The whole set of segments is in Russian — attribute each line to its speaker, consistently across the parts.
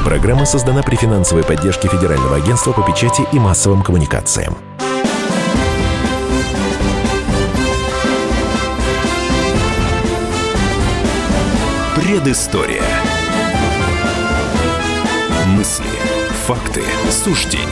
Speaker 1: Программа создана при финансовой поддержке Федерального агентства по печати и массовым коммуникациям. Предыстория. Мысли, факты, суждения.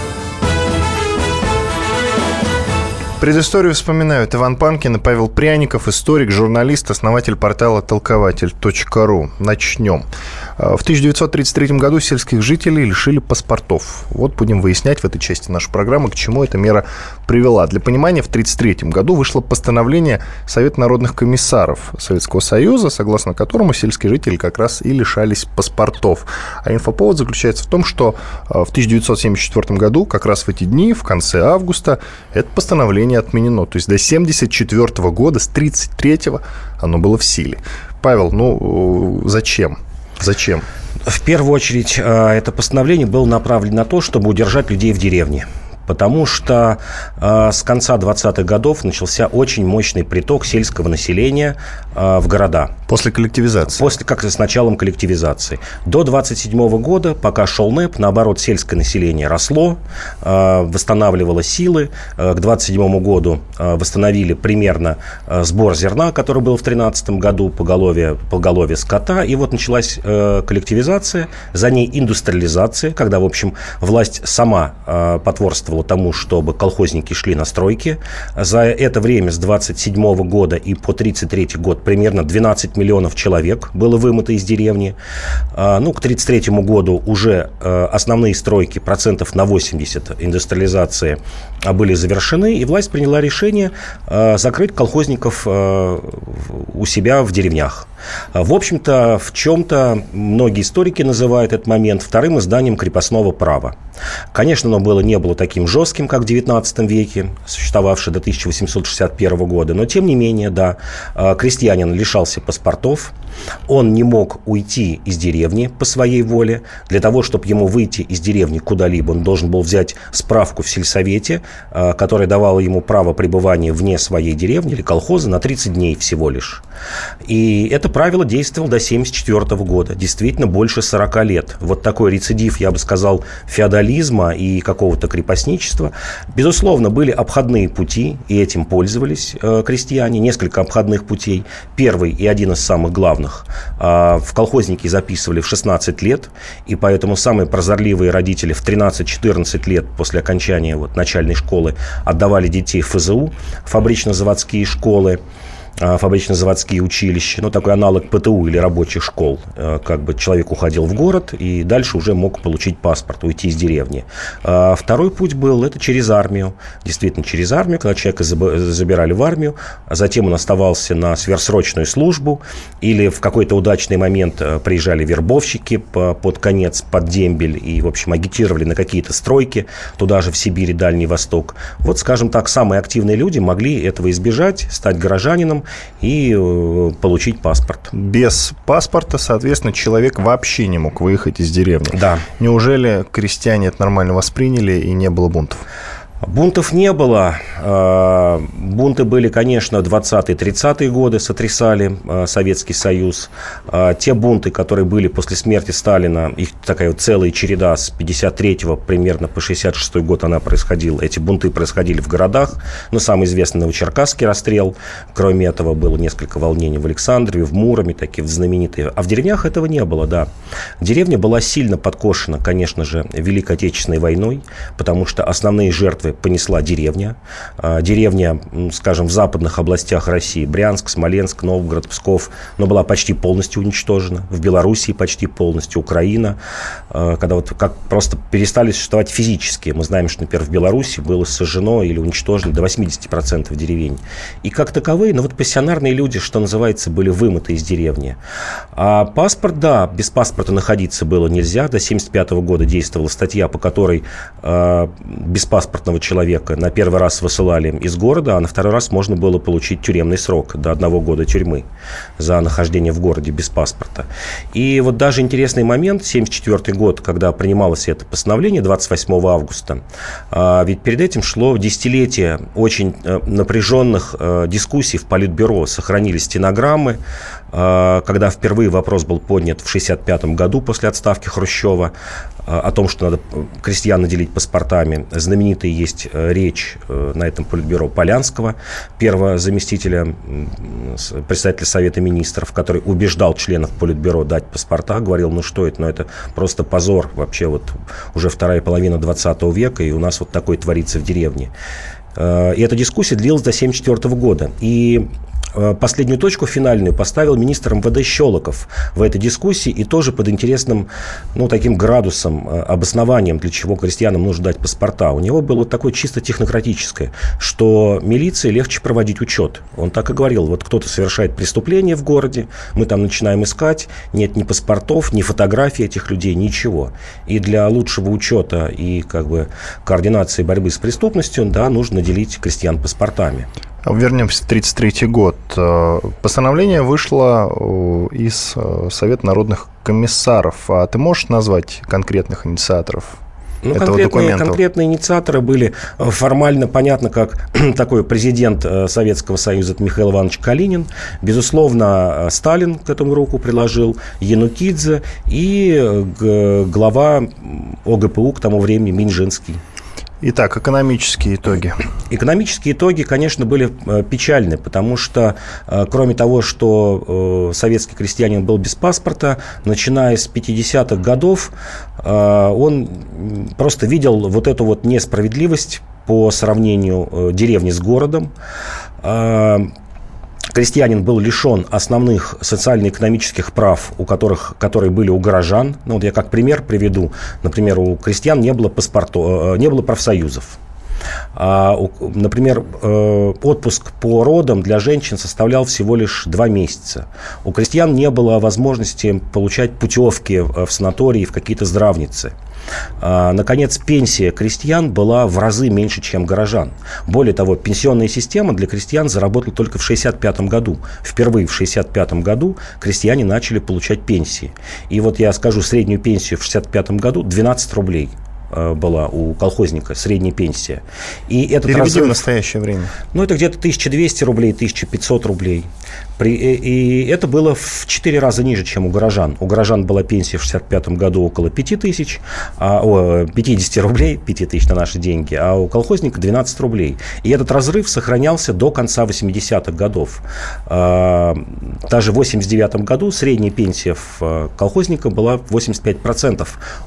Speaker 2: Предысторию вспоминают Иван Панкин и Павел Пряников, историк, журналист, основатель портала толкователь.ру. Начнем. В 1933 году сельских жителей лишили паспортов. Вот будем выяснять в этой части нашей программы, к чему эта мера привела. Для понимания, в 1933 году вышло постановление Совета народных комиссаров Советского Союза, согласно которому сельские жители как раз и лишались паспортов. А инфоповод заключается в том, что в 1974 году, как раз в эти дни, в конце августа, это постановление отменено. То есть до 1974 года, с 1933 оно было в силе. Павел, зачем? Зачем?
Speaker 3: В первую очередь, это постановление было направлено на то, чтобы удержать людей в деревне. Потому что с конца 20-х годов начался очень мощный приток сельского населения в города.
Speaker 2: После коллективизации?
Speaker 3: Как с началом коллективизации. До 27 года, пока шел НЭП, наоборот, сельское население росло, восстанавливало силы. К 27 году восстановили примерно сбор зерна, который был в 13 году, поголовье скота. И вот началась коллективизация, за ней индустриализация, когда, в общем, власть сама потворствовала тому, чтобы колхозники шли на стройки. За это время с 27 года и по 33 год примерно 12 миллионов человек было вымыто из деревни. К 33 году уже основные стройки процентов на 80 индустриализации были завершены, и власть приняла решение закрыть колхозников у себя в деревнях. В общем-то, в чем-то многие историки называют этот момент вторым изданием крепостного права. Конечно, оно не было таким жестким, как в XIX веке, существовавшее до 1861 года, но, тем не менее, да, крестьянин лишался паспортов, он не мог уйти из деревни по своей воле. Для того, чтобы ему выйти из деревни куда-либо, он должен был взять справку в сельсовете, которая давала ему право пребывания вне своей деревни или колхоза на 30 дней всего лишь. И это правило действовало до 1974 года, действительно больше 40 лет. Вот такой рецидив, я бы сказал, феодализма и какого-то крепостничества. Безусловно, были обходные пути, и этим пользовались крестьяне, несколько обходных путей. Первый и один из самых главных. В колхозники записывали в 16 лет, и поэтому самые прозорливые родители в 13-14 лет после окончания начальной школы отдавали детей в ФЗУ, фабрично-заводские школы, фабрично-заводские училища, такой аналог ПТУ или рабочих школ. Человек уходил в город и дальше уже мог получить паспорт, уйти из деревни. Второй путь был это через армию. Действительно, через армию, когда человека забирали в армию, а затем он оставался на сверхсрочную службу, или в какой-то удачный момент приезжали вербовщики под конец, под дембель, и, в общем, агитировали на какие-то стройки, туда же в Сибирь и Дальний Восток. Скажем так, самые активные люди могли этого избежать, стать горожанином и получить паспорт.
Speaker 2: Без паспорта, соответственно, человек вообще не мог выехать из деревни.
Speaker 3: Да.
Speaker 2: Неужели крестьяне это нормально восприняли и не было бунтов?
Speaker 3: Бунтов не было. Бунты были, конечно, 20-30-е годы, сотрясали Советский Союз. Те бунты, которые были после смерти Сталина, их такая целая череда с 53-го примерно по 66-й год она происходила. Эти бунты происходили в городах. Самый известный Новочеркасский расстрел. Кроме этого, было несколько волнений в Александрове, в Муроме, такие знаменитые. А в деревнях этого не было, да. Деревня была сильно подкошена, конечно же, Великой Отечественной войной, потому что основные жертвы понесла деревня. Деревня, скажем, в западных областях России, Брянск, Смоленск, Новгород, Псков, была почти полностью уничтожена. В Белоруссии почти полностью, Украина. Когда как просто перестали существовать физически. Мы знаем, что, например, в Беларуси было сожжено или уничтожено до 80% деревень. И как таковые, пассионарные люди, что называется, были вымыты из деревни. А паспорт, да, без паспорта находиться было нельзя. До 1975 года действовала статья, по которой беспаспортного человека на первый раз высылали из города, а на второй раз можно было получить тюремный срок до 1 года тюрьмы за нахождение в городе без паспорта. И даже интересный момент, 1974 год, когда принималось это постановление 28 августа, ведь перед этим шло десятилетие очень напряженных дискуссий в Политбюро, сохранились стенограммы, когда впервые вопрос был поднят в 1965 году после отставки Хрущева о том, что надо крестьян наделить паспортами. Знаменитая есть речь на этом политбюро Полянского, первого заместителя председателя Совета министров, который убеждал членов политбюро дать паспорта, говорил, ну что это, это просто позор вообще, вот уже вторая половина 20 века, и у нас вот такое творится в деревне. И эта дискуссия длилась до 1974 года. И последнюю точку финальную поставил министр МВД Щелоков в этой дискуссии, и тоже под интересным, таким градусом, обоснованием, для чего крестьянам нужно дать паспорта. У него было вот такое чисто технократическое, что милиции легче проводить учет. Он так и говорил, вот кто-то совершает преступление в городе, мы там начинаем искать, нет ни паспортов, ни фотографий этих людей, ничего. И для лучшего учета и координации борьбы с преступностью, нужно наделить крестьян паспортами.
Speaker 2: Вернемся в 1933 год. Постановление вышло из Совета народных комиссаров. А ты можешь назвать конкретных инициаторов этого документа?
Speaker 3: Конкретные инициаторы были формально понятно, как такой президент Советского Союза Михаил Иванович Калинин, безусловно, Сталин к этому руку приложил, Янукидзе и глава ОГПУ к тому времени Минжинский.
Speaker 2: Итак, экономические итоги.
Speaker 3: Экономические итоги, конечно, были печальны, потому что, кроме того, что советский крестьянин был без паспорта, начиная с 50-х годов, он просто видел вот эту вот несправедливость по сравнению деревни с городом. Крестьянин был лишен основных социально-экономических прав, которые были у горожан. Я как пример приведу. Например, у крестьян не было паспортов, не было профсоюзов. Например, отпуск по родам для женщин составлял всего лишь 2 месяца. У крестьян не было возможности получать путевки в санатории, в какие-то здравницы. Наконец, пенсия крестьян была в разы меньше, чем горожан. Более того, пенсионная система для крестьян заработала только в 1965 году. Впервые в 1965 году крестьяне начали получать пенсии. И вот я скажу, среднюю пенсию в 1965 году 12 рублей была у колхозника, средняя пенсия. И этот
Speaker 2: переведи в настоящее время.
Speaker 3: Это где-то 1200 рублей, 1500 рублей. И это было в 4 раза ниже, чем у горожан. У горожан была пенсия в 1965 году около 50 рублей, 5000 на наши деньги, а у колхозника 12 рублей. И этот разрыв сохранялся до конца 80-х годов. Даже в 89 году средняя пенсия колхозника была 85%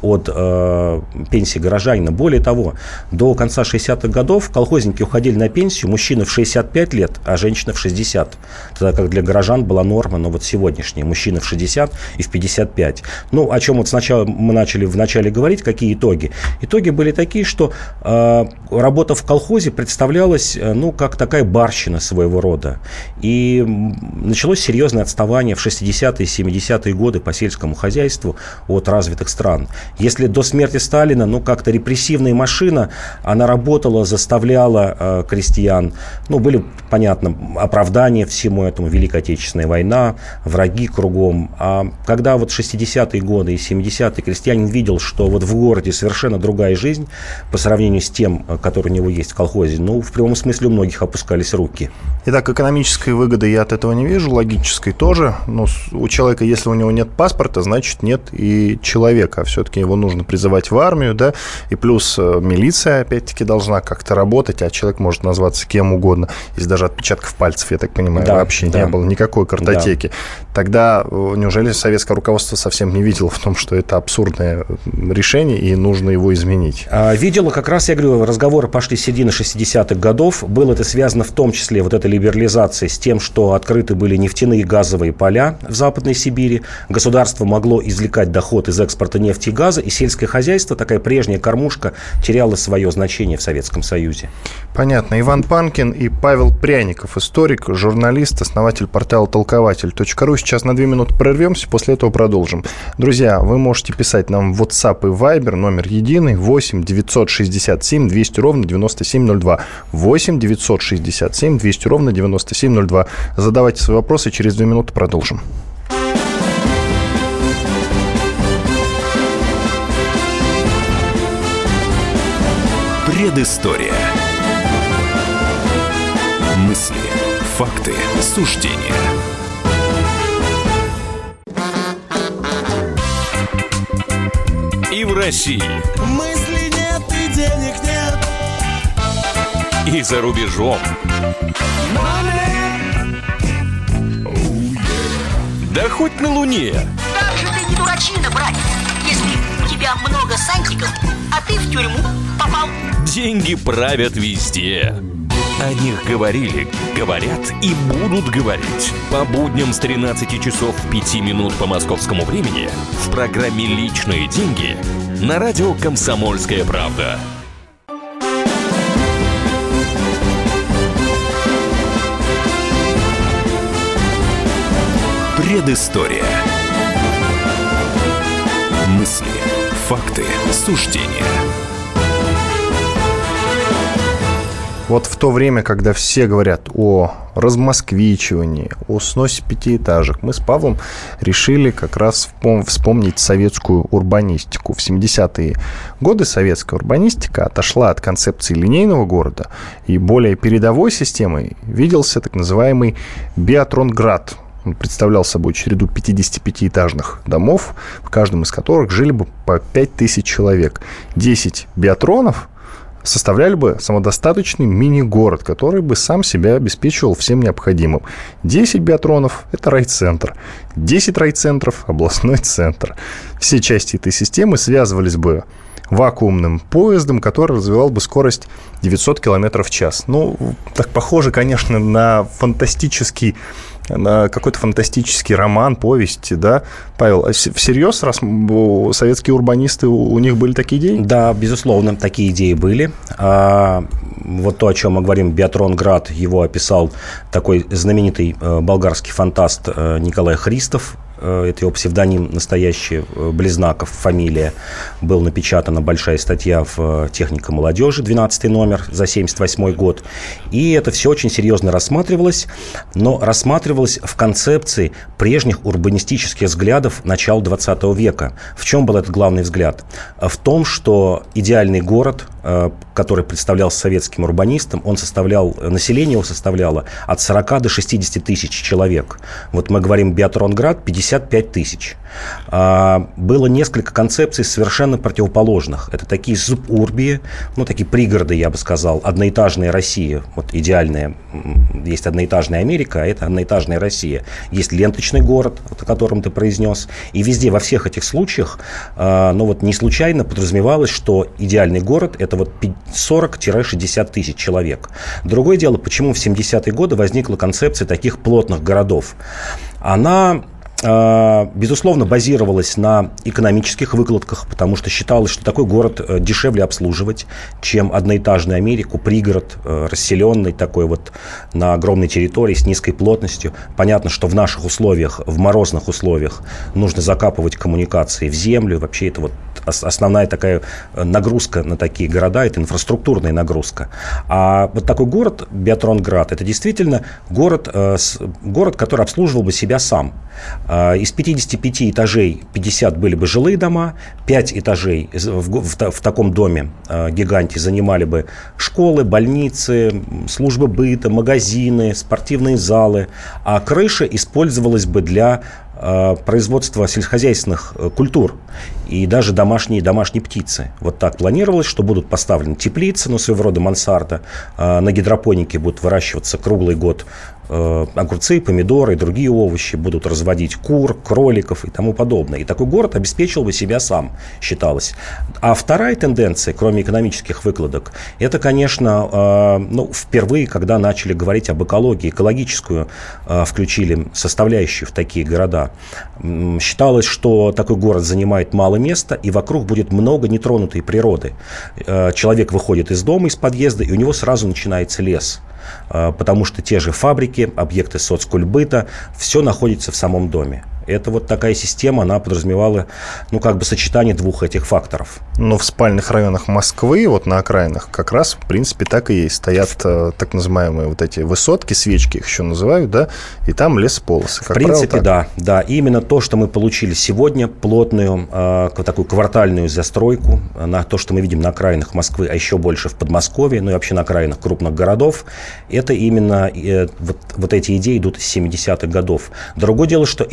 Speaker 3: от пенсии горожанина. Более того, до конца 60-х годов колхозники уходили на пенсию, мужчины в 65 лет, а женщины в 60. Тогда как для горожан была норма, но вот сегодняшняя, мужчины в 60 и в 55. О чем вот сначала мы начали вначале говорить, какие итоги? Итоги были такие, что работа в колхозе представлялась, как такая барщина своего рода. И началось серьезное отставание в 60-е и 70-е годы по сельскому хозяйству от развитых стран. Если до смерти Сталина, как-то репрессивная машина, она работала, заставляла крестьян, были, понятно, оправдания всему этому, Великая Отечественная война, враги кругом. А когда вот 60-е годы и 70-е крестьянин видел, что вот в городе совершенно другая жизнь по сравнению с тем, который у него есть в колхозе, в прямом смысле у многих опускались руки.
Speaker 2: Итак, экономической выгоды я от этого не вижу, логической тоже. Но у человека, если у него нет паспорта, значит, нет и человека. Все-таки его нужно призывать в армию, да, и плюс милиция, опять-таки, должна как-то работать, а человек может назваться кем угодно. Если даже отпечатков пальцев, я так понимаю, вообще не было никакой картотеки. Тогда неужели советское руководство совсем не видело в том, что это абсурдное решение и нужно его изменить?
Speaker 3: Видело, как раз, я говорю, разговоры пошли с середины 60-х годов. Было это связано в том числе, вот этой либерализацией, с тем, что открыты были нефтяные и газовые поля в Западной Сибири. Государство могло извлекать доход из экспорта нефти и газа, и сельское хозяйство, такая прежняя кормушка, теряла свое значение в Советском Союзе.
Speaker 2: Понятно. Иван Панкин и Павел Пряников, историк, журналист, основатель портала толкователь.ру. Сейчас на 2 минуты прервемся, после этого продолжим. Друзья, вы можете писать нам в WhatsApp и Viber, номер единый, 8 967 200 ровно 9702. 8 967 200 ровно 9702. Задавайте свои вопросы, через 2 минуты продолжим.
Speaker 1: Предыстория. Мысли, факты, суждения.
Speaker 4: и в России.
Speaker 5: Мысли нет и денег нет.
Speaker 4: И за рубежом. Да хоть на Луне.
Speaker 6: Как же ты не дурачина, братец, если у тебя много сантиков, а ты в тюрьму попал.
Speaker 4: Деньги правят везде. О них говорили, говорят и будут говорить. По будням с 13 часов 5 минут по московскому времени в программе «Личные деньги» на радио «Комсомольская правда». Предыстория. Мысли, факты, суждения.
Speaker 2: Вот в то время, когда все говорят о размосквичивании, о сносе пятиэтажек, мы с Павлом решили как раз вспомнить советскую урбанистику. В 70-е годы советская урбанистика отошла от концепции линейного города, и более передовой системой виделся так называемый Биатронград. Он представлял собой череду 55-этажных домов, в каждом из которых жили бы по 5000 человек. 10 биатронов составляли бы самодостаточный мини-город, который бы сам себя обеспечивал всем необходимым. 10 биатронов – это райцентр. 10 райцентров – областной центр. Все части этой системы связывались бы вакуумным поездом, который развивал бы скорость 900 км в час. Ну, так похоже, конечно, на какой-то фантастический роман, повесть, да? Павел, а всерьез советские урбанисты, у них были такие идеи?
Speaker 3: Да, безусловно, такие идеи были. Вот то, о чем мы говорим, Биатронград, его описал такой знаменитый болгарский фантаст Николай Христов. Это его псевдоним настоящий, Близнаков, фамилия. Была напечатана большая статья в «Техника молодежи», 12 номер за 1978 год. И это все очень серьезно рассматривалось, но рассматривалось в концепции прежних урбанистических взглядов начала 20 века. В чем был этот главный взгляд? В том, что идеальный город, который представлялся советским урбанистам, население его составляло от 40 до 60 тысяч человек. Вот мы говорим Биатронград, 55 тысяч. Было несколько концепций совершенно противоположных. Это такие субурбии, такие пригороды, я бы сказал, одноэтажная Россия. Вот идеальная. Есть одноэтажная Америка, а это одноэтажная Россия. Есть ленточный город, о котором ты произнес. И везде, во всех этих случаях, не случайно подразумевалось, что идеальный город – это 40-60 тысяч человек. Другое дело, почему в 70-е годы возникла концепция таких плотных городов. Она, безусловно, базировалась на экономических выкладках, потому что считалось, что такой город дешевле обслуживать, чем одноэтажную Америку, пригород, расселенный такой на огромной территории с низкой плотностью. Понятно, что в наших условиях, в морозных условиях, нужно закапывать коммуникации в землю. Вообще это основная такая нагрузка на такие города, это инфраструктурная нагрузка. А вот такой город, Биатронград, это действительно город, который обслуживал бы себя сам. Из 55 этажей 50 были бы жилые дома, 5 этажей в таком доме гиганте занимали бы школы, больницы, службы быта, магазины, спортивные залы, а крыша использовалась бы для производства сельскохозяйственных культур и даже домашние птицы. Вот так планировалось, что будут поставлены теплицы, своего рода мансарда, на гидропонике будут выращиваться круглый год огурцы, помидоры и другие овощи, будут разводить кур, кроликов и тому подобное. И такой город обеспечил бы себя сам, считалось. А вторая тенденция, кроме экономических выкладок, это, конечно, впервые, когда начали говорить об экологии, экологическую включили составляющую в такие города. Считалось, что такой город занимает мало места, и вокруг будет много нетронутой природы. Человек выходит из дома, из подъезда, и у него сразу начинается лес. Потому что те же фабрики, объекты соцкультбыта, все находится в самом доме. Это такая система, она подразумевала, сочетание двух этих факторов.
Speaker 2: Но в спальных районах Москвы, на окраинах, как раз, в принципе, так и есть. Стоят так называемые эти высотки, свечки их еще называют, да, и там лесополосы.
Speaker 3: В принципе, да. И именно то, что мы получили сегодня, плотную, такую квартальную застройку, на то, что мы видим на окраинах Москвы, а еще больше в Подмосковье, и вообще на окраинах крупных городов, это именно эти идеи идут из 70-х годов. Другое дело, что эти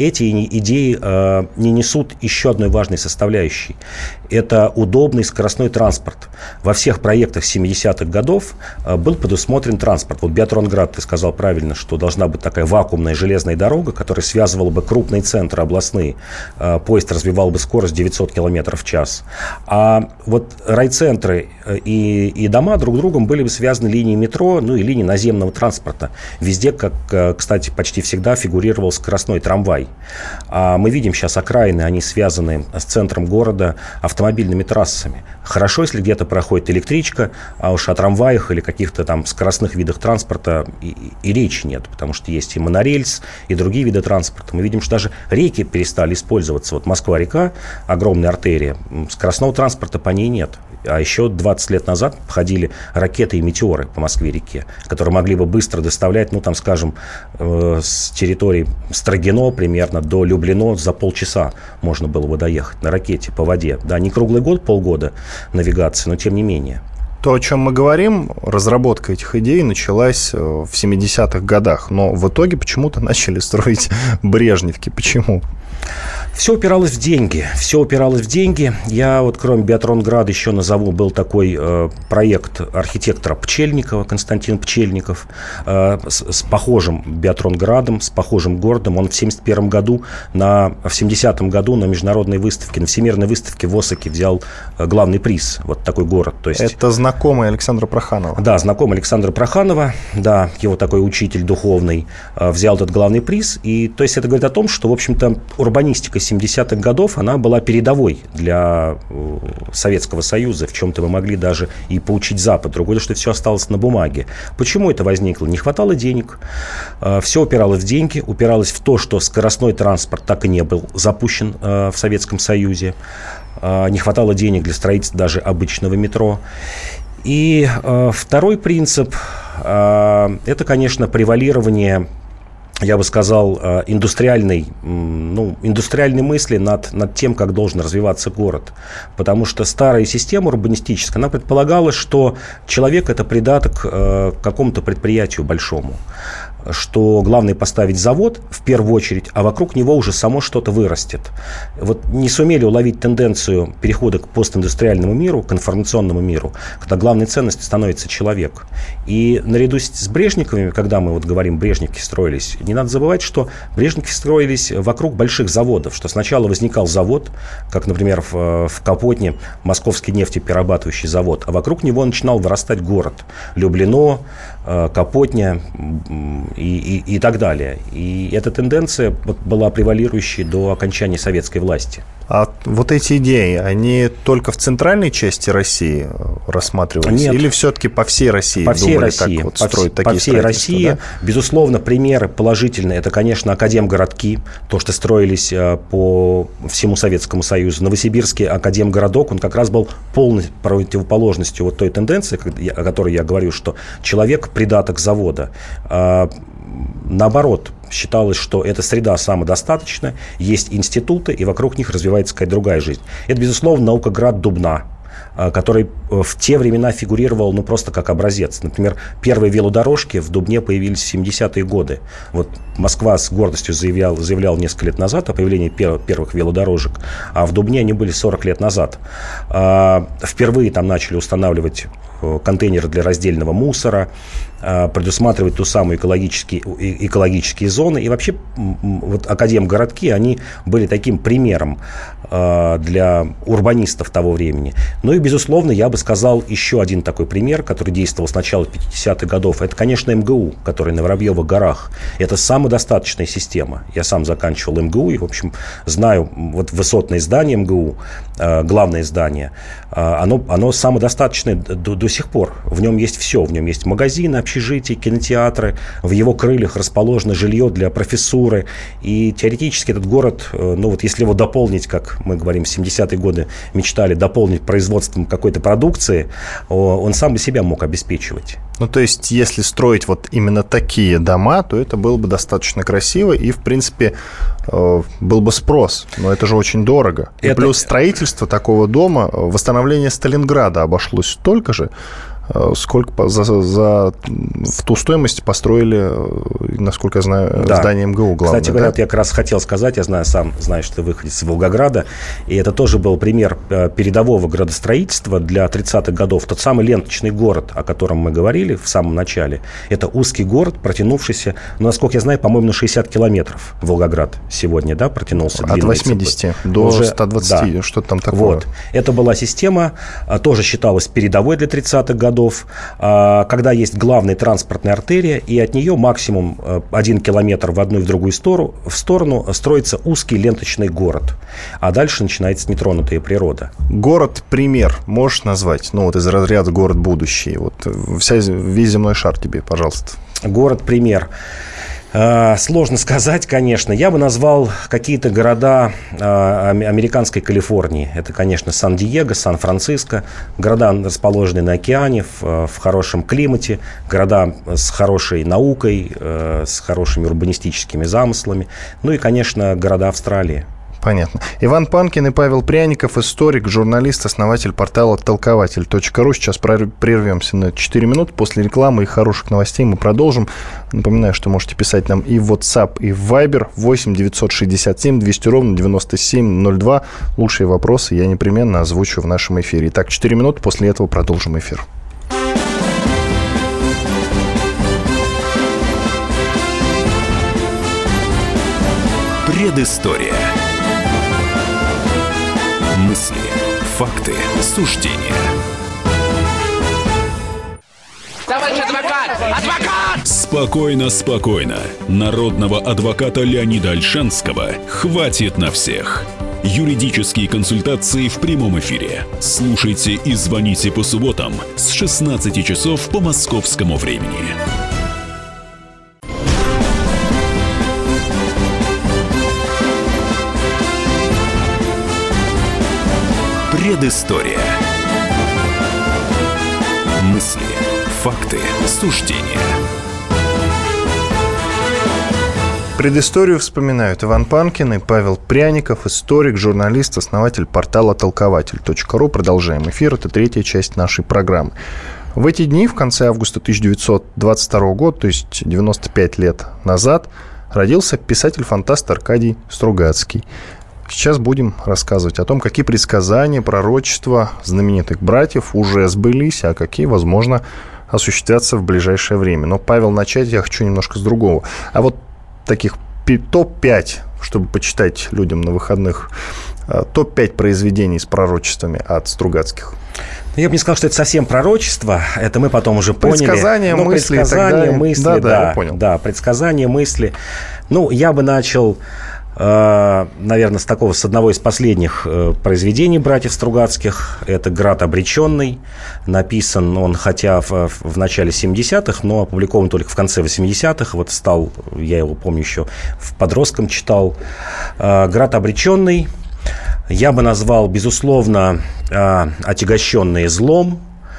Speaker 3: данные идеи не несут еще одной важной составляющей. Это удобный скоростной транспорт. Во всех проектах 70-х годов был предусмотрен транспорт. Вот Биатронград, ты сказал правильно, что должна быть такая вакуумная железная дорога, которая связывала бы крупные центры областные. Поезд развивал бы скорость 900 км в час. А вот райцентры и дома друг с другом были бы связаны линией метро, ну и линией наземного транспорта. Везде, как, кстати, почти всегда фигурировал скоростной трамвай. А мы видим сейчас окраины, они связаны с центром города автомобильными трассами. Хорошо, если где-то проходит электричка, а уж о трамваях или каких-то там скоростных видах транспорта и речи нет, потому что есть и монорельс, и другие виды транспорта. Мы видим, что даже реки перестали использоваться. Вот Москва-река, огромная артерия, скоростного транспорта по ней нет. А еще 20 лет назад ходили ракеты и метеоры по Москве-реке, которые могли бы быстро доставлять, ну, там, скажем, с территории Строгино примерно до Люблино за полчаса можно было бы доехать на ракете по воде. Да, не круглый год, полгода навигации, но тем не менее.
Speaker 2: То, о чем мы говорим, разработка этих идей началась в 70-х годах, но в итоге почему-то начали строить Брежневки. Почему?
Speaker 3: Все упиралось в деньги. Все упиралось в деньги. Я вот кроме Биатронграда еще назову, был такой проект архитектора Пчельникова, Константин Пчельников, с похожим Биатронградом, с похожим городом. Он в 71-м году, в 70-м году на международной выставке, на всемирной выставке в Осаке взял главный приз. Вот такой город. То есть,
Speaker 2: это знакомый Александра Проханова.
Speaker 3: Да, знакомый Александра Проханова, да, его такой учитель духовный, взял этот главный приз. И то есть это говорит о том, что, в общем-то, урбанистика 70-х годов, она была передовой для Советского Союза. В чем-то мы могли даже и поучить Запад. Другое, что все осталось на бумаге. Почему это возникло? Не хватало денег. Все упиралось в деньги, упиралось в то, что скоростной транспорт так и не был запущен в Советском Союзе. Не хватало денег для строительства даже обычного метро. И второй принцип – это, конечно, превалирование, я бы сказал, индустриальной мысли над тем, как должен развиваться город. Потому что старая система урбанистическая, она предполагала, что человек – это придаток к какому-то предприятию большому. Что главное поставить завод в первую очередь, а вокруг него уже само что-то вырастет. Вот не сумели уловить тенденцию перехода к постиндустриальному миру, к информационному миру, когда главной ценностью становится человек. И наряду с Брежниковыми, когда мы вот говорим, Брежневки строились, не надо забывать, что Брежневки строились вокруг больших заводов, что сначала возникал завод, как, например, в Капотне Московский нефтеперерабатывающий завод, а вокруг него начинал вырастать город. Люблино, Капотня и так далее. И эта тенденция была превалирующей до окончания советской власти.
Speaker 2: А вот эти идеи, они только в центральной части России рассматривались?
Speaker 3: Нет.
Speaker 2: Или все-таки по всей России
Speaker 3: по всей
Speaker 2: думали
Speaker 3: России,
Speaker 2: так вот строить такие
Speaker 3: строительства? По всей России,
Speaker 2: да?
Speaker 3: Безусловно, примеры положительные. Это, конечно, академгородки, то, что строились по всему Советскому Союзу. Новосибирский академгородок, он как раз был полной противоположностью вот той тенденции, о которой я говорю, что человек – придаток завода. Наоборот, считалось, что эта среда самодостаточна, есть институты, и вокруг них развивается какая-то другая жизнь. Это, безусловно, наукоград Дубна, который в те времена фигурировал просто как образец. Например, первые велодорожки в Дубне появились в 70-е годы. Вот Москва с гордостью заявлял несколько лет назад о появлении первых велодорожек, а в Дубне они были 40 лет назад. Впервые там начали устанавливать контейнеры для раздельного мусора, предусматривать ту самую экологические зоны. И вообще вот академгородки, они были таким примером для урбанистов того времени. Ну и, безусловно, я бы сказал еще один такой пример, который действовал с начала 50-х годов. Это, конечно, МГУ, который на Воробьевых горах. Это самодостаточная система. Я сам заканчивал МГУ и, в общем, знаю, вот высотное здание МГУ, главное здание, оно самодостаточное до сих пор. В нем есть все. В нем есть магазины, общежития, кинотеатры. В его крыльях расположено жилье для профессуры. И теоретически этот город, ну вот если его дополнить, как мы говорим, в 70-е годы мечтали дополнить производством какой-то продукции, он сам бы себя мог обеспечивать.
Speaker 2: Ну, то есть, если строить вот именно такие дома, то это было бы достаточно красиво и, в принципе, был бы спрос. Но это же очень дорого. И плюс строительство такого дома, восстановление Сталинграда обошлось столько же. Сколько в ту стоимость построили, насколько я знаю, здание МГУ главное.
Speaker 3: Кстати говоря, я как раз хотел сказать, я сам знаю, что ты выходец из Волгограда, и это тоже был пример передового градостроительства для 30-х годов. Тот самый ленточный город, о котором мы говорили в самом начале, это узкий город, протянувшийся, насколько я знаю, по-моему, на 60 километров Волгоград сегодня, протянулся.
Speaker 2: От 80 до 120, что-то там такое.
Speaker 3: Вот. Это была система, тоже считалась передовой для 30-х годов, когда есть главная транспортная артерия, и от нее максимум 1 километр в одну и в другую сторону строится узкий ленточный город. А дальше начинается нетронутая природа.
Speaker 2: Город-пример можешь назвать? Из разряда город будущий. Весь земной шар тебе, пожалуйста.
Speaker 3: Город-пример. Сложно сказать, конечно. Я бы назвал какие-то города американской Калифорнии. Это, конечно, Сан-Диего, Сан-Франциско. Города, расположенные на океане, в хорошем климате. Города с хорошей наукой, с хорошими урбанистическими замыслами. И, конечно, города Австралии.
Speaker 2: Понятно. Иван Панкин и Павел Пряников, историк, журналист, основатель портала толкователь.ру. Сейчас прервемся на 4 минуты. После рекламы и хороших новостей мы продолжим. Напоминаю, что можете писать нам и в WhatsApp, и в Viber 8 967 200 ровно 9702. Лучшие вопросы я непременно озвучу в нашем эфире. Итак, 4 минуты. После этого продолжим эфир.
Speaker 4: Предыстория. Мысли, факты, суждения.
Speaker 7: Товарищ адвокат! Адвокат!
Speaker 8: Спокойно, спокойно. Народного адвоката Леонида Ольшанского хватит на всех. Юридические консультации в прямом эфире. Слушайте и звоните по субботам с 16 часов по московскому времени.
Speaker 4: Предыстория. Мысли, факты, суждения.
Speaker 2: Предысторию вспоминают Иван Панкин и Павел Пряников, историк, журналист, основатель портала толкователь.ру. Продолжаем эфир. Это третья часть нашей программы. В эти дни, в конце августа 1922 года, то есть 95 лет назад, родился писатель-фантаст Аркадий Стругацкий. Сейчас будем рассказывать о том, какие предсказания, пророчества знаменитых братьев уже сбылись, а какие, возможно, осуществятся в ближайшее время. Но, Павел, начать я хочу немножко с другого. А вот таких топ-5, чтобы почитать людям на выходных, топ-5 произведений с пророчествами от Стругацких.
Speaker 3: Я бы не сказал, что это совсем пророчество. Это мы потом уже поняли.
Speaker 2: Предсказания, мысли и так далее.
Speaker 3: Да,
Speaker 2: я понял.
Speaker 3: Да, предсказания, мысли. Я бы начал, наверное, с одного из последних произведений братьев Стругацких. Это «Град обреченный». Написан он, хотя в начале 70-х, но опубликован только в конце 80-х. Я его помню еще в подростком читал. «Град обреченный». Я бы назвал, безусловно, «Отягощенные злом».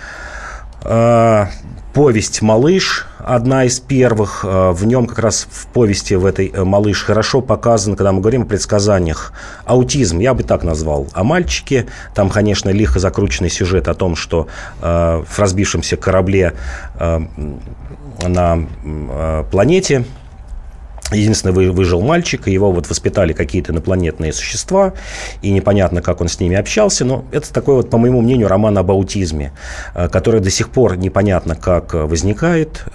Speaker 3: Повесть «Малыш», одна из первых. В нем как раз в повести, в этой «Малыш», хорошо показан, когда мы говорим о предсказаниях, аутизм, я бы так назвал, о мальчике. Там, конечно, лихо закрученный сюжет о том, что в разбившемся корабле на планете единственный выжил мальчик, и его воспитали какие-то инопланетные существа, и непонятно, как он с ними общался, но это такой, по моему мнению, роман об аутизме, который до сих пор непонятно, как возникает,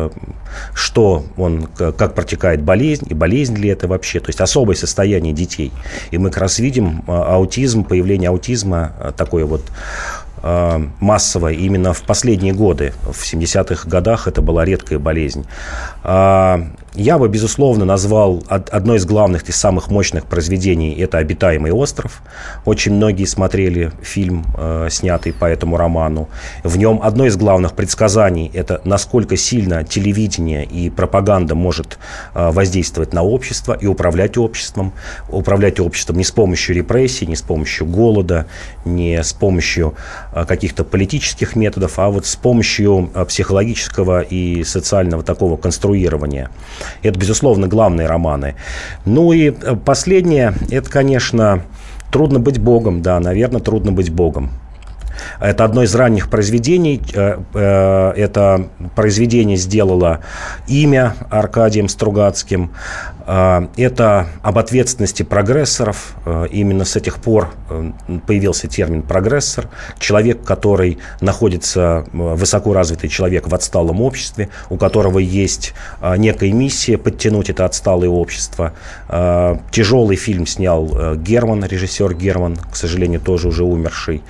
Speaker 3: как протекает болезнь, и болезнь ли это вообще, то есть особое состояние детей. И мы как раз видим появление аутизма такое массово именно в последние годы. В 70-х годах это была редкая болезнь. Я бы, безусловно, назвал одно из главных и самых мощных произведений – это «Обитаемый остров». Очень многие смотрели фильм, снятый по этому роману. В нем одно из главных предсказаний – это насколько сильно телевидение и пропаганда может воздействовать на общество и управлять обществом. Управлять обществом не с помощью репрессий, не с помощью голода, не с помощью каких-то политических методов, а с помощью психологического и социального такого конструирования. Это, безусловно, главные романы. И последнее, это, конечно, «Трудно быть Богом». Да, наверное, «Трудно быть Богом». Это одно из ранних произведений. Это произведение сделало имя Аркадием Стругацким. Это об ответственности прогрессоров. Именно с этих пор появился термин «прогрессор». Человек, который находится, высокоразвитый человек в отсталом обществе, у которого есть некая миссия подтянуть это отсталое общество. Тяжелый фильм снял Герман, режиссер Герман, к сожалению, тоже уже умерший,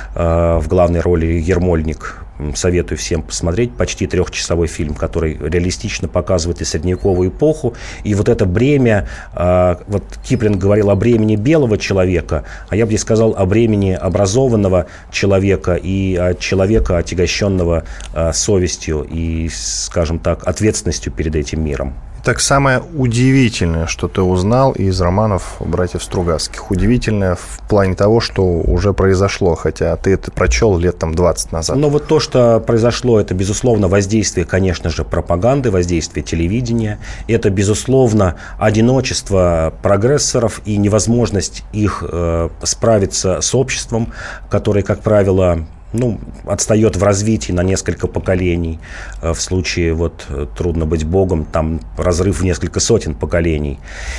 Speaker 3: в главной роли Ермольник. Советую всем посмотреть. Почти 3-часовой фильм, который реалистично показывает и средневековую эпоху. И вот это бремя, вот Киплинг говорил о бремени белого человека, а я бы здесь сказал о бремени образованного человека и человека, отягощенного совестью и, скажем так, ответственностью перед этим миром.
Speaker 2: Так, самое удивительное, что ты узнал из романов братьев Стругацких. Удивительное в плане того, что уже произошло, хотя ты это прочел лет 20 назад.
Speaker 3: Но вот то, что произошло, это, безусловно, воздействие, конечно же, пропаганды, воздействие телевидения. Это, безусловно, одиночество прогрессоров и невозможность их справиться с обществом, которое, как правило, отстает в развитии на несколько поколений. В случае «Трудно быть Богом» там разрыв в несколько сотен поколений.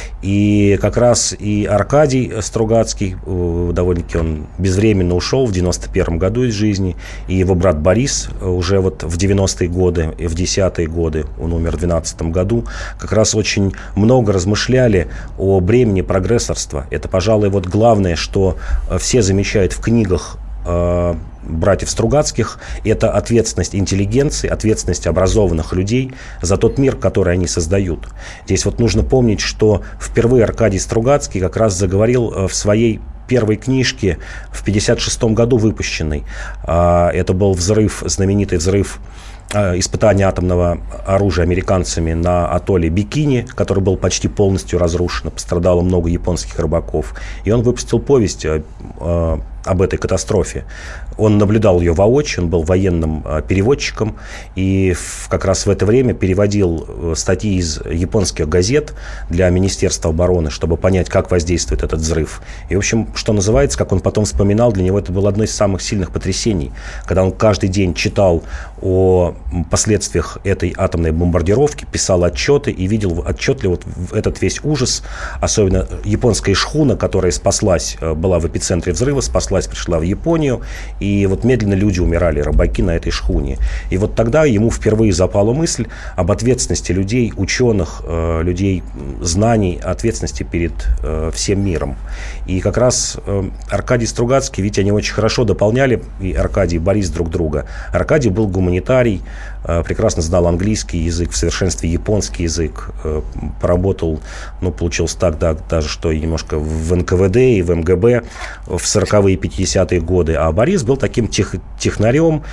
Speaker 3: И как раз и Аркадий Стругацкий, довольно-таки он безвременно ушел в 91 году из жизни, и его брат Борис уже в 90-е годы, и в 10-е годы, он умер в 12 году, как раз очень много размышляли о бремени прогрессорства. Это, пожалуй, главное, что все замечают в книгах братьев Стругацких, это ответственность интеллигенции, ответственность образованных людей за тот мир, который они создают. Здесь нужно помнить, что впервые Аркадий Стругацкий как раз заговорил в своей первой книжке в 1956 году выпущенной. Это был знаменитый взрыв испытания атомного оружия американцами на атолле Бикини, который был почти полностью разрушен, пострадало много японских рыбаков. И он выпустил повесть об этой катастрофе. Он наблюдал ее воочию, он был военным переводчиком, и как раз в это время переводил статьи из японских газет для Министерства обороны, чтобы понять, как воздействует этот взрыв. И, в общем, что называется, как он потом вспоминал, для него это было одно из самых сильных потрясений, когда он каждый день читал о последствиях этой атомной бомбардировки, писал отчеты и видел отчетливо этот весь ужас, особенно японская шхуна, которая спаслась, была в эпицентре взрыва, пришла в Японию, и медленно люди умирали, рыбаки на этой шхуне. И тогда ему впервые запала мысль об ответственности людей, ученых, людей знаний, ответственности перед всем миром. И как раз Аркадий Стругацкий, ведь они очень хорошо дополняли, и Аркадий, и Борис, друг друга. Аркадий был гуманитарий, прекрасно знал английский язык, в совершенстве японский язык, поработал, получилось так, да, даже что и немножко в НКВД и в МГБ в 40-е и 50-е годы. А Борис был таким технарем,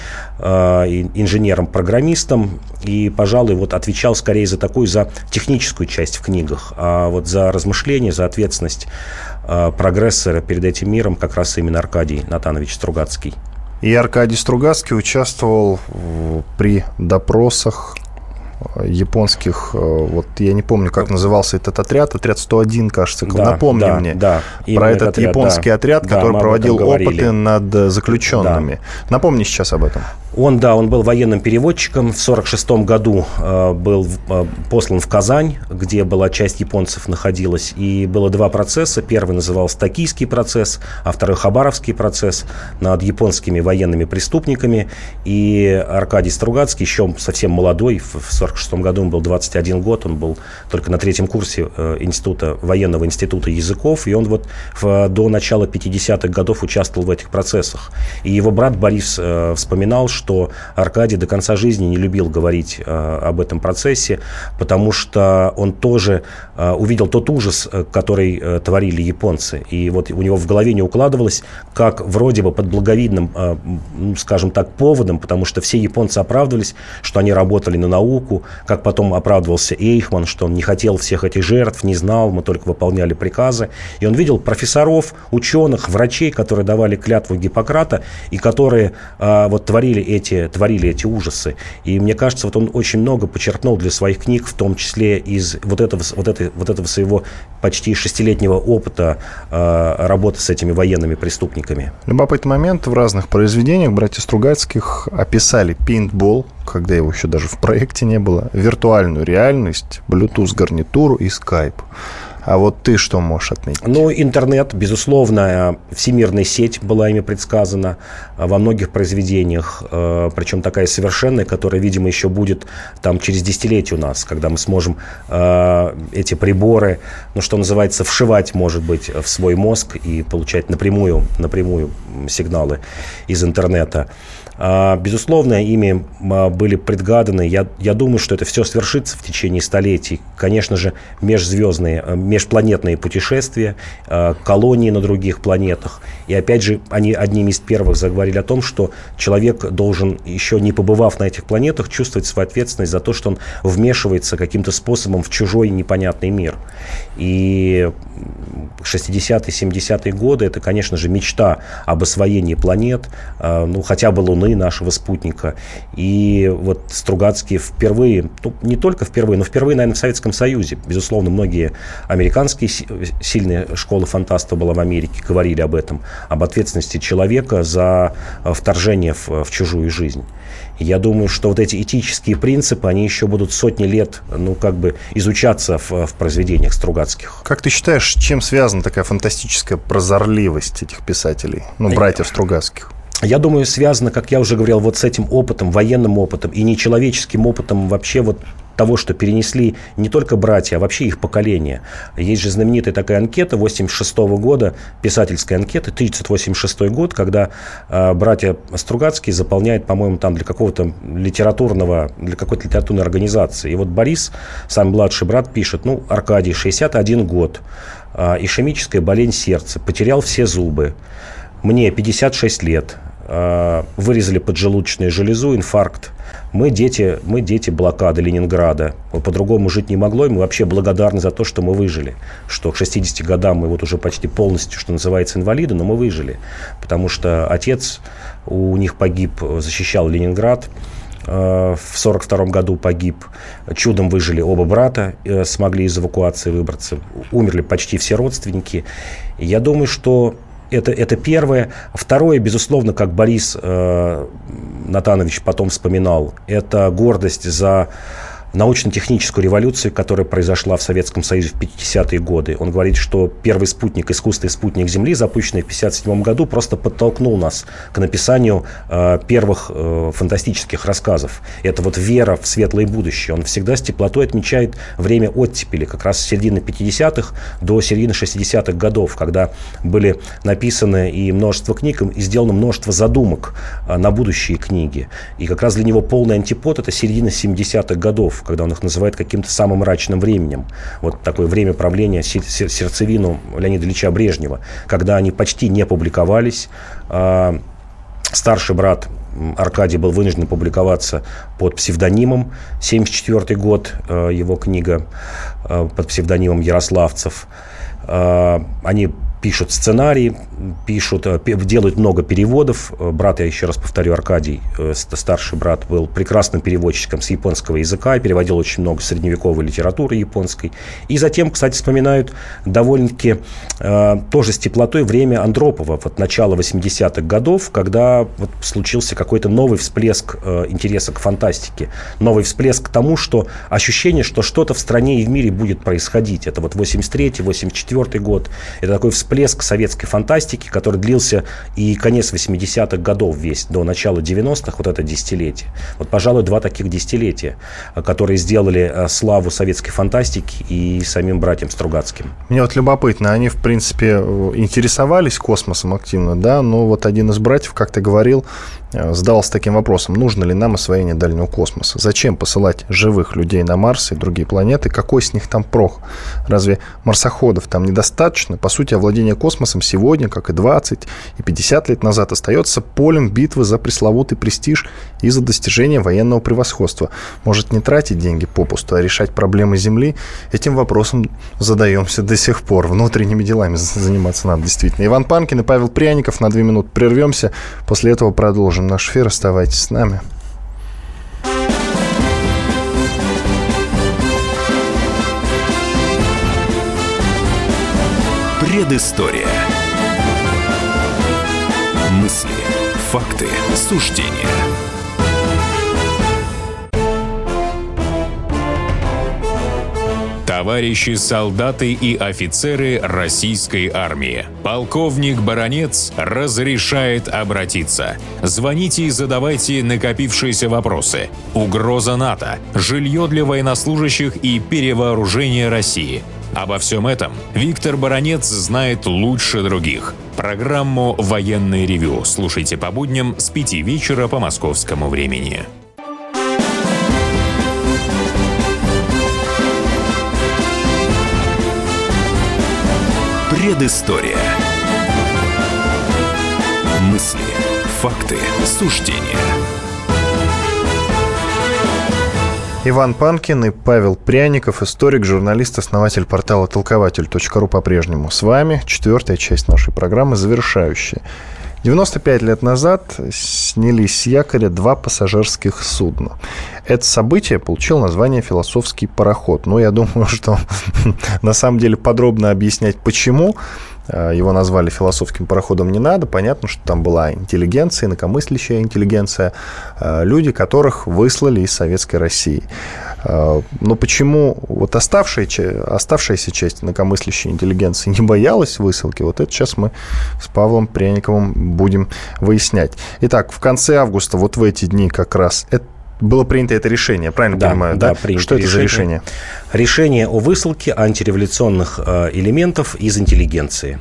Speaker 3: инженером-программистом и, пожалуй, отвечал скорее за техническую часть в книгах, а за размышления, за ответственность прогрессора перед этим миром как раз именно Аркадий Натанович Стругацкий.
Speaker 2: И Аркадий Стругацкий участвовал при допросах японских, я не помню, как назывался этот отряд 101, кажется, напомни мне, про этот японский отряд, который проводил опыты над заключенными. Да. Напомни сейчас об этом.
Speaker 3: Он был военным переводчиком. В 1946 году был послан в Казань, где была часть японцев находилась. И было 2 процесса. Первый назывался Токийский процесс, а второй Хабаровский процесс над японскими военными преступниками. И Аркадий Стругацкий, еще совсем молодой, в 1946 году ему был 21 год, он был только на 3-м курсе военного института языков. И он до начала 50-х годов участвовал в этих процессах. И его брат Борис вспоминал, что Аркадий до конца жизни не любил говорить об этом процессе, потому что он тоже увидел тот ужас, который творили японцы. И у него в голове не укладывалось, как вроде бы под благовидным, скажем так, поводом, потому что все японцы оправдывались, что они работали на науку, как потом оправдывался Эйхман, что он не хотел всех этих жертв, не знал, мы только выполняли приказы. И он видел профессоров, ученых, врачей, которые давали клятву Гиппократа и которые творили творили эти ужасы. И мне кажется, вот он очень много почерпнул для своих книг, в том числе из вот этого своего почти 6-летнего опыта работы с этими военными преступниками.
Speaker 2: Любопытный момент. В разных произведениях братья Стругацких описали пейнтбол, когда его еще даже в проекте не было, виртуальную реальность, Bluetooth-гарнитуру и Skype. А вот ты что можешь отметить?
Speaker 3: Ну, интернет, безусловно, всемирная сеть была ими предсказана во многих произведениях, причем такая совершенная, которая, видимо, еще будет там через десятилетие у нас, когда мы сможем эти приборы, ну, что называется, вшивать, может быть, в свой мозг и получать напрямую сигналы из интернета. Безусловно, ими были предгаданы. Я думаю, что это все свершится в течение столетий. Конечно же, межпланетные путешествия, колонии на других планетах. И опять же, они одними из первых заговорили о том, что человек должен, еще не побывав на этих планетах, чувствовать свою ответственность за то, что он вмешивается каким-то способом в чужой непонятный мир. И 60-е, 70-е годы — это, конечно же, мечта об освоении планет, ну, хотя бы Луны, нашего спутника. И вот Стругацкие впервые, ну, не только впервые, но впервые, наверное, в Советском Союзе. Безусловно, многие американские сильные школы фантастов было в Америке, говорили об этом, об ответственности человека за вторжение в чужую жизнь. Я думаю, что вот эти этические принципы, они еще будут сотни лет, ну, как бы изучаться в произведениях Стругацких.
Speaker 2: Как ты считаешь, с чем связана такая фантастическая прозорливость этих писателей, ну, братьев Стругацких?
Speaker 3: Я думаю, связано, как я уже говорил, вот с этим опытом, военным опытом и нечеловеческим опытом вообще вот того, что перенесли не только братья, а вообще их поколение. Есть же знаменитая такая анкета 1986 года, писательская анкета, 1986 год, когда братья Стругацкие заполняют, по-моему, там для какой-то литературной организации. И вот Борис, самый младший брат, пишет: ну, Аркадий, 61 год, ишемическая болезнь сердца, потерял все зубы, мне 56 лет, вырезали поджелудочную железу, инфаркт. Мы дети блокады Ленинграда. По-другому жить не могло, и мы вообще благодарны за то, что мы выжили. Что к 60 годам мы вот уже почти полностью, что называется, инвалиды, но мы выжили. Потому что отец у них погиб, защищал Ленинград. В 1942 году погиб. Чудом выжили оба брата, смогли из эвакуации выбраться. Умерли почти все родственники. И я думаю, что это первое. Второе, безусловно, как Борис Натанович потом вспоминал, это гордость за научно-техническую революцию, которая произошла в Советском Союзе в 50-е годы. Он говорит, что первый спутник, искусственный спутник Земли, запущенный в 1957 году, просто подтолкнул нас к написанию первых фантастических рассказов. Это вот вера в светлое будущее. Он всегда с теплотой отмечает время оттепели, как раз с середины 50-х до середины 60-х годов, когда были написаны и множество книг, и сделано множество задумок на будущие книги. И как раз для него полный антипод — это середина 70-х годов, когда он их называет каким-то самым мрачным временем. Вот такое время правления, сердцевину Леонида Ильича Брежнева, когда они почти не публиковались. Старший брат Аркадий был вынужден публиковаться под псевдонимом. 1974 год, его книга под псевдонимом Ярославцев. Они пишут сценарии, делают много переводов. Брат, я еще раз повторю, Аркадий, старший брат, был прекрасным переводчиком с японского языка и переводил очень много средневековой литературы японской. И затем, кстати, вспоминают довольно-таки тоже с теплотой время Андропова, вот начало 80-х годов, когда вот случился какой-то новый всплеск интереса к фантастике, новый всплеск к тому, что ощущение, что что-то в стране и в мире будет происходить. Это вот 83-84 год, это такой всплеск советской фантастики, который длился и конец 80-х годов весь, до начала 90-х, вот это десятилетие. Вот, пожалуй, два таких десятилетия, которые сделали славу советской фантастики и самим братьям Стругацким.
Speaker 2: Мне вот любопытно, они, в принципе, интересовались космосом активно, да, но вот один из братьев, как ты говорил, задавался таким вопросом: нужно ли нам освоение дальнего космоса? Зачем посылать живых людей на Марс и другие планеты? Какой с них там прок? Разве марсоходов там недостаточно? По сути, овладеть владение космосом сегодня, как и 20 и 50 лет назад, остается полем битвы за пресловутый престиж и за достижение военного превосходства. Может, не тратить деньги попусту, а решать проблемы Земли? Этим вопросом задаемся до сих пор. Внутренними делами заниматься надо, действительно. Иван Панкин и Павел Пряников. На 2 минуты прервемся. После этого продолжим наш эфир. Оставайтесь с нами.
Speaker 8: Предыстория. Мысли, факты, суждения. Товарищи солдаты и офицеры российской армии, полковник Баранец разрешает обратиться. Звоните и задавайте накопившиеся вопросы. Угроза НАТО, жилье для военнослужащих и перевооружение России. Обо всем этом Виктор Баранец знает лучше других. Программу «Военное ревю» слушайте по будням с 5 вечера по московскому времени. Предыстория. Мысли, факты, суждения.
Speaker 2: Иван Панкин и Павел Пряников, историк, журналист, основатель портала толкователь.ру по-прежнему с вами. 4-я часть нашей программы, завершающая. 95 лет назад снялись с якоря 2 пассажирских судна. Это событие получило название «Философский пароход». Но я думаю, что на самом деле подробно объяснять, почему его назвали философским пароходом, не надо. Понятно, что там была интеллигенция, инакомыслящая интеллигенция, люди, которых выслали из Советской России. Но почему вот оставшаяся часть инакомыслящей интеллигенции не боялась высылки, вот это сейчас мы с Павлом Пряниковым будем выяснять. Итак, в конце августа, вот в эти дни как раз, было принято это решение, правильно понимаю? Да, что это за решение?
Speaker 3: Решение о высылке антиреволюционных элементов из интеллигенции.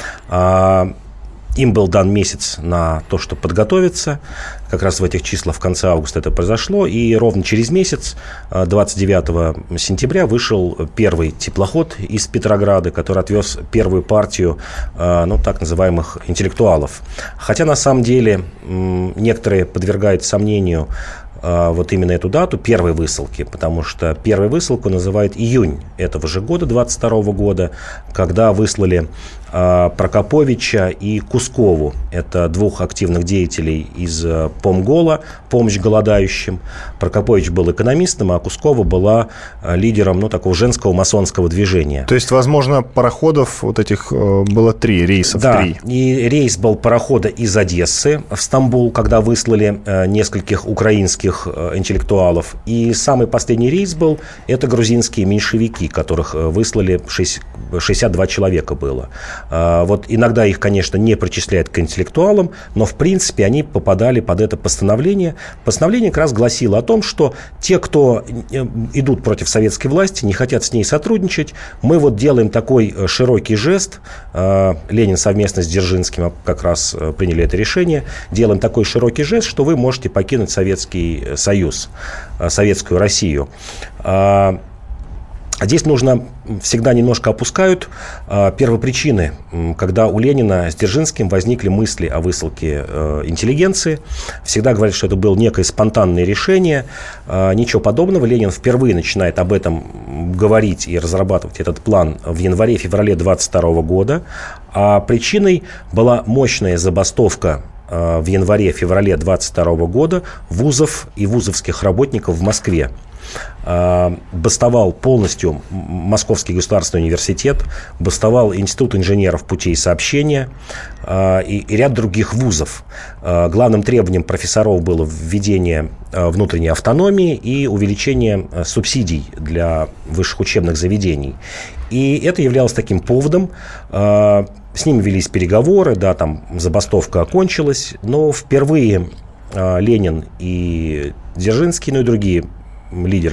Speaker 3: Им был дан месяц на то, чтобы подготовиться. Как раз в этих числах в конце августа это произошло. И ровно через месяц, 29 сентября, вышел первый теплоход из Петрограда, который отвез первую партию так называемых интеллектуалов. Хотя на самом деле некоторые подвергают сомнению вот именно эту дату первой высылки, потому что первую высылку называют июнь этого же года, 22 года, когда выслали Прокоповича и Кускову. Это 2 активных деятелей из Помгола, помощь голодающим. Прокопович был экономистом, а Кускова была лидером такого женского масонского движения.
Speaker 2: То есть, возможно, пароходов вот этих было 3, рейсов 3.
Speaker 3: Да, и рейс был парохода из Одессы в Стамбул, когда выслали нескольких украинских интеллектуалов. И самый последний рейс был, это грузинские меньшевики, которых выслали 62 человека было. Вот иногда их, конечно, не причисляют к интеллектуалам, но, в принципе, они попадали под это постановление. Постановление как раз гласило о том, что те, кто идут против советской власти, не хотят с ней сотрудничать, мы вот делаем такой широкий жест, Ленин совместно с Дзержинским как раз приняли это решение, делаем такой широкий жест, что вы можете покинуть Советский Союз, Советскую Россию. Здесь нужно, всегда немножко опускают первопричины, когда у Ленина с Дзержинским возникли мысли о высылке интеллигенции. Всегда говорят, что это было некое спонтанное решение. Ничего подобного. Ленин впервые начинает об этом говорить и разрабатывать этот план в январе-феврале 22 года. А причиной была мощная забастовка в январе-феврале 22 года вузов и вузовских работников в Москве. Бастовал полностью Московский государственный университет, бастовал Институт инженеров путей сообщения и ряд других вузов. Главным требованием профессоров было введение внутренней автономии и увеличение субсидий для высших учебных заведений. И это являлось таким поводом. С ними велись переговоры, да, там забастовка окончилась, но впервые Ленин и Дзержинский, ну и другие лидеры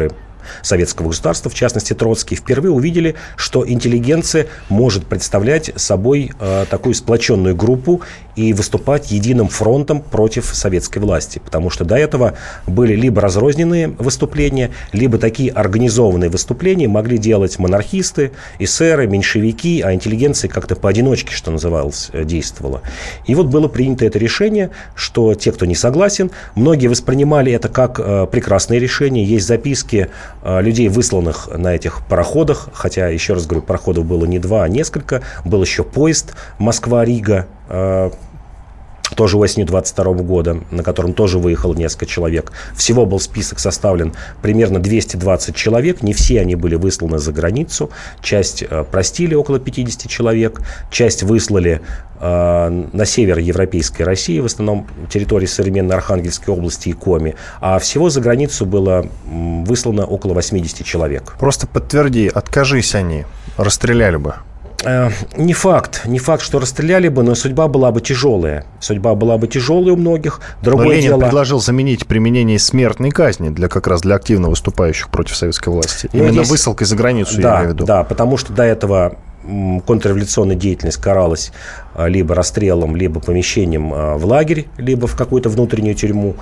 Speaker 3: советского государства, в частности Троцкий, впервые увидели, что интеллигенция может представлять собой такую сплоченную группу и выступать единым фронтом против советской власти. Потому что до этого были либо разрозненные выступления, либо такие организованные выступления могли делать монархисты, эсеры, меньшевики, а интеллигенция как-то поодиночке, что называлось, действовала. И вот было принято это решение, что те, кто не согласен, многие воспринимали это как прекрасное решение. Есть записки людей, высланных на этих пароходах, хотя, еще раз говорю, пароходов было не 2, а несколько. Был еще поезд Москва-Рига, тоже осенью 22 года, на котором тоже выехало несколько человек. Всего был список составлен примерно 220 человек. Не все они были высланы за границу. Часть простили, около 50 человек. Часть выслали на север Европейской России, в основном территории современной Архангельской области и Коми. А всего за границу было выслано около 80 человек.
Speaker 2: Просто подтверди, откажись они, расстреляли бы.
Speaker 3: Не факт, что расстреляли бы, но судьба была бы тяжелая. Судьба была бы тяжелая у многих.
Speaker 2: Но Ленин предложил заменить применение смертной казни как раз для активно выступающих против советской власти. Именно высылкой за границу, я имею в виду. Да,
Speaker 3: потому что до этого контрреволюционная деятельность каралась либо расстрелом, либо помещением в лагерь, либо в какую-то внутреннюю тюрьму.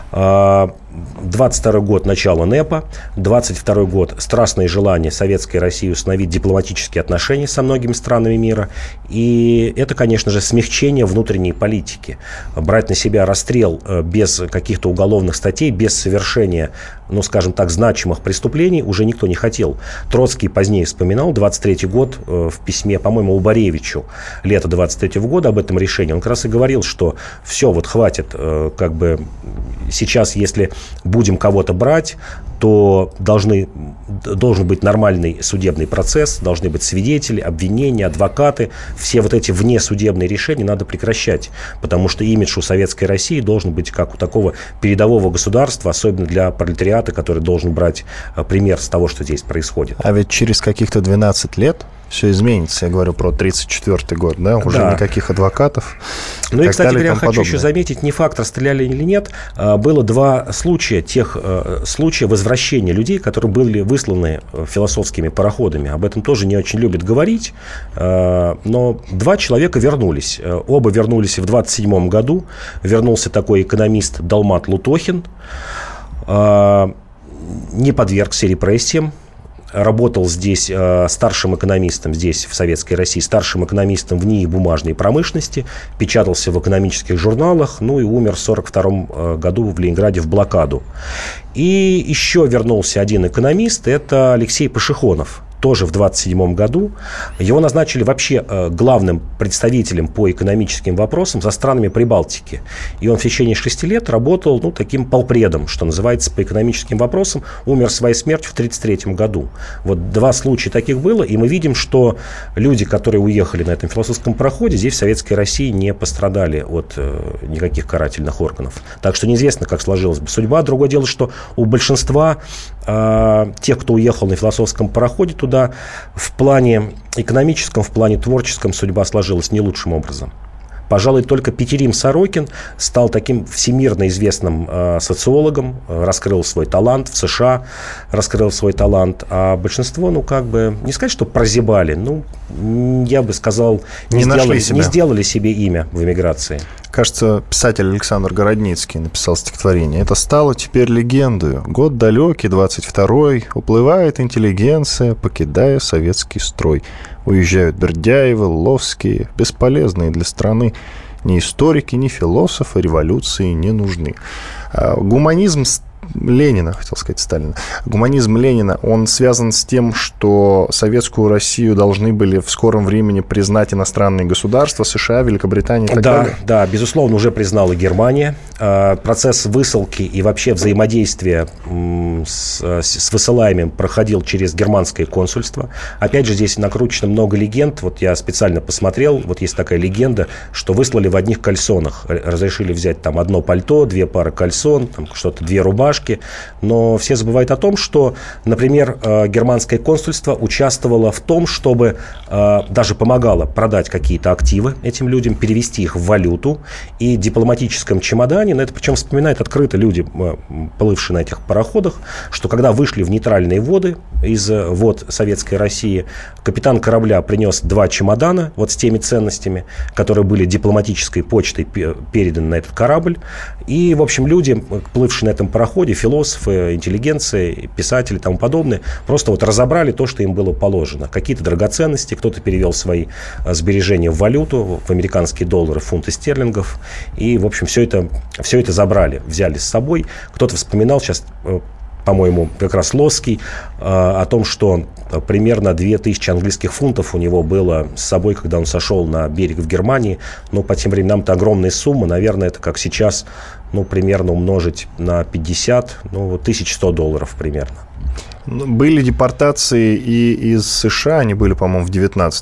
Speaker 3: 22 год начало НЭПа, 22 год страстное желание Советской России установить дипломатические отношения со многими странами мира. И это, конечно же, смягчение внутренней политики. Брать на себя расстрел без каких-то уголовных статей, без совершения, скажем так, значимых преступлений уже никто не хотел. Троцкий позднее вспоминал, 23 год, в письме, по-моему, Убаревичу, лето 23 года об этом решении. Он как раз и говорил, что все, хватит, сейчас, если будем кого-то брать, то должен быть нормальный судебный процесс, должны быть свидетели, обвинения, адвокаты. Все эти внесудебные решения надо прекращать, потому что имидж у Советской России должен быть как у такого передового государства, особенно для пролетариата, который должен брать пример с того, что здесь происходит.
Speaker 2: А ведь через каких-то 12 лет все изменится. Я говорю про 1934 год, да? Уже никаких адвокатов.
Speaker 3: Ну и, кстати говоря, хочу еще заметить, не факт, расстреляли или нет. Было 2 случая, случая возвращения людей, которые были высланы философскими пароходами. Об этом тоже не очень любят говорить. Но 2 человека вернулись. Оба вернулись в 27 году. Вернулся такой экономист Далмат Лутохин. Не подвергся репрессиям. Работал здесь старшим экономистом, здесь, в Советской России, старшим экономистом в НИИ бумажной промышленности, печатался в экономических журналах, и умер в 1942 году в Ленинграде в блокаду. И еще вернулся один экономист, это Алексей Пашихонов. Тоже в 1927 году. Его назначили вообще главным представителем по экономическим вопросам за странами Прибалтики. И он в течение 6 лет работал таким полпредом, что называется, по экономическим вопросам. Умер своей смертью в 1933 году. 2 случая таких было. И мы видим, что люди, которые уехали на этом философском пароходе, здесь в Советской России не пострадали от никаких карательных органов. Так что неизвестно, как сложилась бы судьба. Другое дело, что у большинства тех, кто уехал на философском пароходе туда, в плане экономическом, в плане творческом судьба сложилась не лучшим образом. Пожалуй, только Петерим Сорокин стал таким всемирно известным социологом, раскрыл свой талант в США, раскрыл свой талант, а большинство, не сказать, что прозябали, я бы сказал, не сделали себе имя в эмиграции.
Speaker 2: Кажется, писатель Александр Городницкий написал стихотворение. «Это стало теперь легендою. Год далекий, 22-й. Уплывает интеллигенция, покидая советский строй. Уезжают Бердяевы, Ловские, бесполезные для страны. Ни историки, ни философы революции не нужны». Гуманизм Ленина, хотел сказать Сталина. Гуманизм Ленина, он связан с тем, что советскую Россию должны были в скором времени признать иностранные государства, США, Великобритания и так далее?
Speaker 3: Да, безусловно, уже признала Германия. Процесс высылки и вообще взаимодействия с высылаемым проходил через германское консульство. Опять же, здесь накручено много легенд. Я специально посмотрел, есть такая легенда, что выслали в одних кальсонах. Разрешили взять одно пальто, 2 пары кальсон, что-то 2 рубашки. рубашки. Но все забывают о том, что, например, германское консульство участвовало в том, чтобы даже помогало продать какие-то активы этим людям, перевести их в валюту. И в дипломатическом чемодане, на это причем вспоминают открыто люди, плывшие на этих пароходах, что когда вышли в нейтральные воды из вод Советской России, капитан корабля принес 2 чемодана вот с теми ценностями, которые были дипломатической почтой переданы на этот корабль. И, в общем, люди, плывшие на этом пароходе, философы, интеллигенция, писатели и тому подобное, просто вот разобрали то, что им было положено. Какие-то драгоценности, кто-то перевел свои сбережения в валюту, в американские доллары, фунты стерлингов. И, в общем, все это забрали, взяли с собой. Кто-то вспоминал сейчас, по-моему, как раз Лосский, о том, что примерно 2000 английских фунтов у него было с собой, когда он сошел на берег в Германии. Но по тем временам это огромная сумма. Наверное, это как сейчас, примерно умножить на 50, $1100 примерно.
Speaker 2: Были депортации и из США, они были, по-моему, в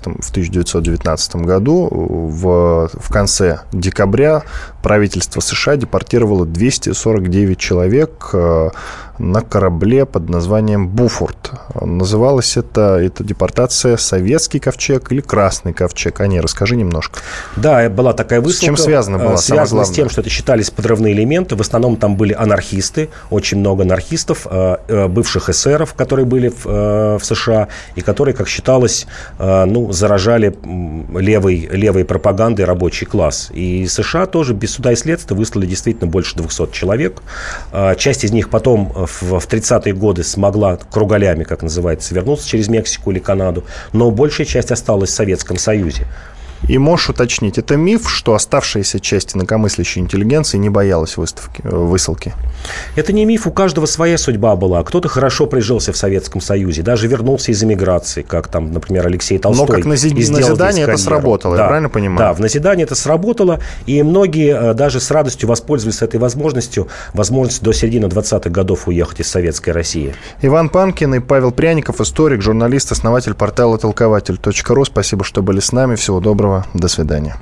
Speaker 2: 1919 году. В конце декабря правительство США депортировало 249 человек на корабле под названием «Буфорт». Называлась эта депортация «Советский ковчег» или «Красный ковчег». Аня, расскажи немножко.
Speaker 3: Да, была такая высылка.
Speaker 2: С чем связано было?
Speaker 3: Связано с тем, что это считались подрывные элементы. В основном там были анархисты, очень много анархистов, бывших эсеров, которые были в США, и которые, как считалось, заражали левой пропагандой рабочий класс. И США тоже без суда и следствия выслали действительно больше 200 человек. Часть из них потом в 30-е годы смогла кругалями, как называется, вернуться через Мексику или Канаду, но большая часть осталась в Советском Союзе.
Speaker 2: И можешь уточнить, это миф, что оставшаяся часть инакомыслящей интеллигенции не боялась высылки?
Speaker 3: Это не миф, у каждого своя судьба была. Кто-то хорошо прижился в Советском Союзе, даже вернулся из эмиграции, как там, например, Алексей Толстой.
Speaker 2: Но как назидание это сработало, я правильно понимаю?
Speaker 3: Да, в назидание это сработало, и многие даже с радостью воспользовались этой возможностью до середины 20-х годов уехать из Советской России.
Speaker 2: Иван Панкин и Павел Пряников, историк, журналист, основатель портала толкователь.ру. Спасибо, что были с нами. Всего доброго. До свидания.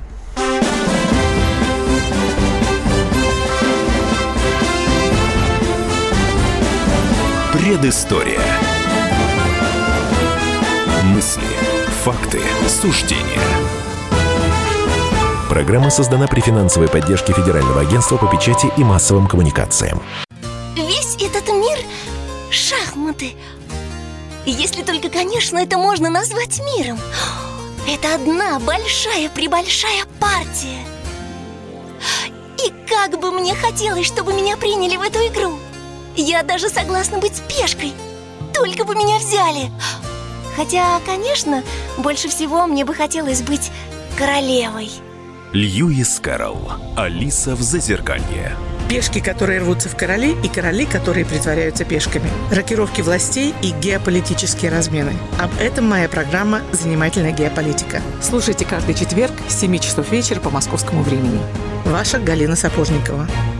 Speaker 8: Предыстория. Мысли, факты, суждения.
Speaker 1: Программа создана при финансовой поддержке Федерального агентства по печати и массовым коммуникациям.
Speaker 9: Весь этот мир – шахматы. Если только, конечно, это можно назвать миром. Это одна большая-пребольшая партия. И как бы мне хотелось, чтобы меня приняли в эту игру. Я даже согласна быть пешкой. Только бы меня взяли. Хотя, конечно, больше всего мне бы хотелось быть королевой.
Speaker 8: Льюис Кэрролл. Алиса в Зазеркалье.
Speaker 10: Пешки, которые рвутся в короли, и короли, которые притворяются пешками. Рокировки властей и геополитические размены. Об этом моя программа «Занимательная геополитика».
Speaker 11: Слушайте каждый четверг с 7 часов вечера по московскому времени.
Speaker 10: Ваша Галина Сапожникова.